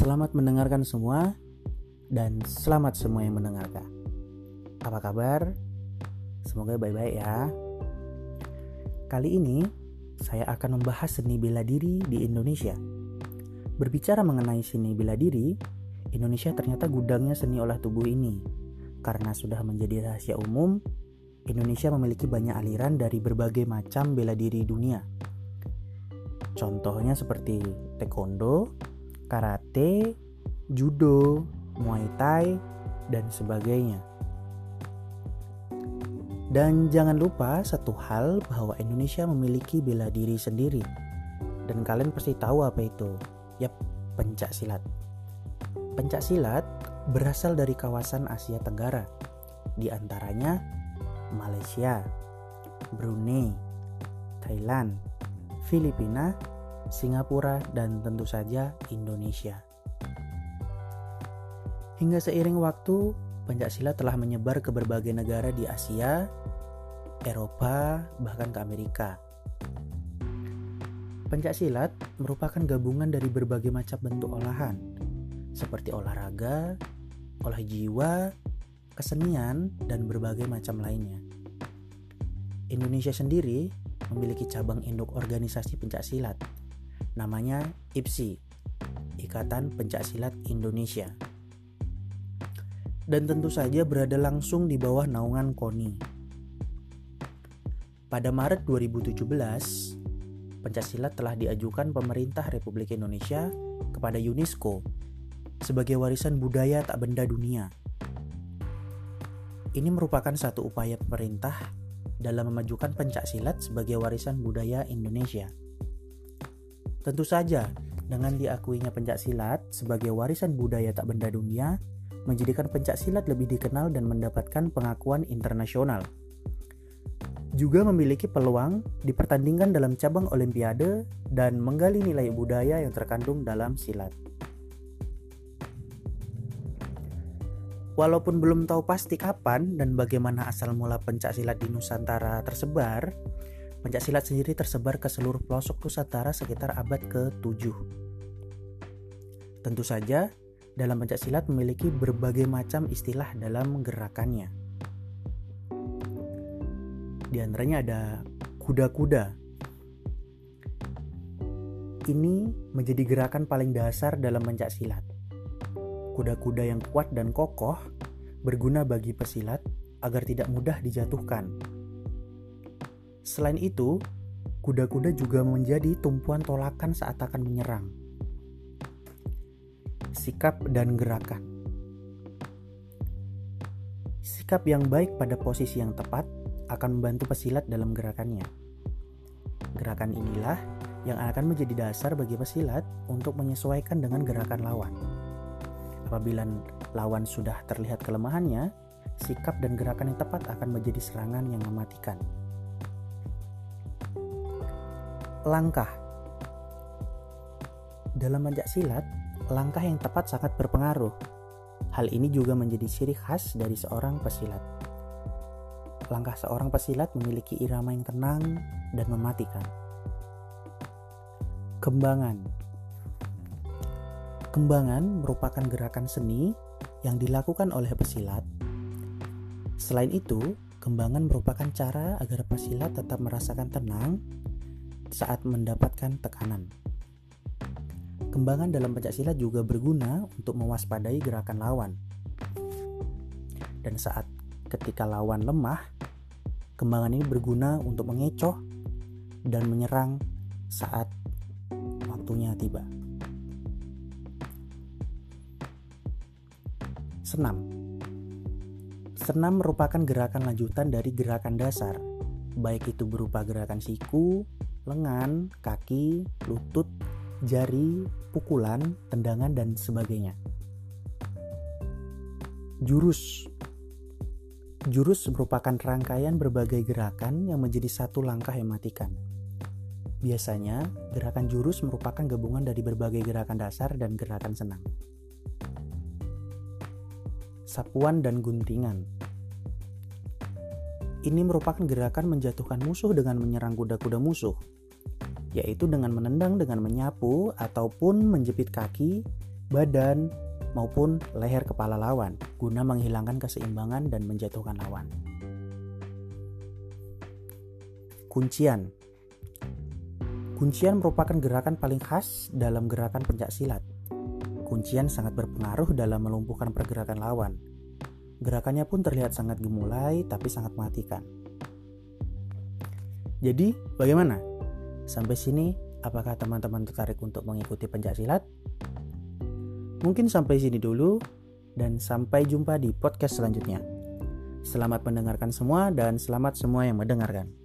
Selamat mendengarkan semua dan selamat semua yang mendengarkan. Apa kabar? Semoga baik-baik ya. Kali ini saya akan membahas seni bela diri di Indonesia. Berbicara mengenai seni bela diri, Indonesia ternyata gudangnya seni olah tubuh ini. Karena sudah menjadi rahasia umum, Indonesia memiliki banyak aliran dari berbagai macam bela diri dunia. Contohnya seperti taekwondo, karate, judo, muay thai, dan sebagainya. Dan jangan lupa satu hal bahwa Indonesia memiliki bela diri sendiri. Dan kalian pasti tahu apa itu. Yap, pencak silat. Pencak silat berasal dari kawasan Asia Tenggara. Di antaranya Malaysia, Brunei, Thailand, Filipina, Singapura, dan tentu saja Indonesia. Hingga seiring waktu, pencak silat telah menyebar ke berbagai negara di Asia, Eropa, bahkan ke Amerika. Pencak silat merupakan gabungan dari berbagai macam bentuk olahan, seperti olahraga, olah jiwa, kesenian, dan berbagai macam lainnya. Indonesia sendiri memiliki cabang induk organisasi pencak silat, namanya IPSI, Ikatan Pencak Silat Indonesia. Dan tentu saja berada langsung di bawah naungan KONI. Pada Maret 2017, pencak silat telah diajukan pemerintah Republik Indonesia kepada UNESCO sebagai warisan budaya tak benda dunia. Ini merupakan satu upaya pemerintah dalam memajukan pencak silat sebagai warisan budaya Indonesia. Tentu saja, dengan diakuinya pencak silat sebagai warisan budaya tak benda dunia, menjadikan pencak silat lebih dikenal dan mendapatkan pengakuan internasional. Juga memiliki peluang dipertandingkan dalam cabang olimpiade dan menggali nilai budaya yang terkandung dalam silat. Walaupun belum tahu pasti kapan dan bagaimana asal mula pencak silat di Nusantara tersebar, pencak silat sendiri tersebar ke seluruh pelosok Nusantara sekitar abad ke-7. Tentu saja, dalam pencak silat memiliki berbagai macam istilah dalam gerakannya. Di antaranya ada kuda-kuda. Ini menjadi gerakan paling dasar dalam pencak silat. Kuda-kuda yang kuat dan kokoh berguna bagi pesilat agar tidak mudah dijatuhkan. Selain itu, kuda-kuda juga menjadi tumpuan tolakan saat akan menyerang. Sikap dan gerakan. Sikap yang baik pada posisi yang tepat akan membantu pesilat dalam gerakannya. Gerakan inilah yang akan menjadi dasar bagi pesilat untuk menyesuaikan dengan gerakan lawan. Apabila lawan sudah terlihat kelemahannya, sikap dan gerakan yang tepat akan menjadi serangan yang mematikan. Langkah. Dalam pencak silat, langkah yang tepat sangat berpengaruh. Hal ini juga menjadi ciri khas dari seorang pesilat. Langkah seorang pesilat memiliki irama yang tenang dan mematikan. Kembangan. Kembangan merupakan gerakan seni yang dilakukan oleh pesilat. Selain itu, kembangan merupakan cara agar pesilat tetap merasakan tenang saat mendapatkan tekanan. Kembangan dalam pencak silat juga berguna untuk mewaspadai gerakan lawan. Dan saat ketika lawan lemah, kembangan ini berguna untuk mengecoh dan menyerang saat waktunya tiba. Senam. Senam merupakan gerakan lanjutan dari gerakan dasar, baik itu berupa gerakan siku, lengan, kaki, lutut, jari, pukulan, tendangan, dan sebagainya. Jurus. Jurus merupakan rangkaian berbagai gerakan yang menjadi satu langkah yang mematikan. Biasanya, gerakan jurus merupakan gabungan dari berbagai gerakan dasar dan gerakan senam. Sapuan dan guntingan. Ini merupakan gerakan menjatuhkan musuh dengan menyerang kuda-kuda musuh. yaitu dengan menendang dengan menyapu ataupun menjepit kaki badan, maupun leher kepala lawan guna menghilangkan keseimbangan dan menjatuhkan lawan. Kuncian. Kuncian merupakan gerakan paling khas dalam gerakan pencaksilat. Kuncian sangat berpengaruh dalam melumpuhkan pergerakan lawan. Gerakannya pun terlihat sangat gemulai tapi sangat mematikan. Jadi, bagaimana? Sampai sini, apakah teman-teman tertarik untuk mengikuti pencaksilat? Mungkin sampai sini dulu, dan sampai jumpa di podcast selanjutnya. Selamat mendengarkan semua, dan selamat semua yang mendengarkan.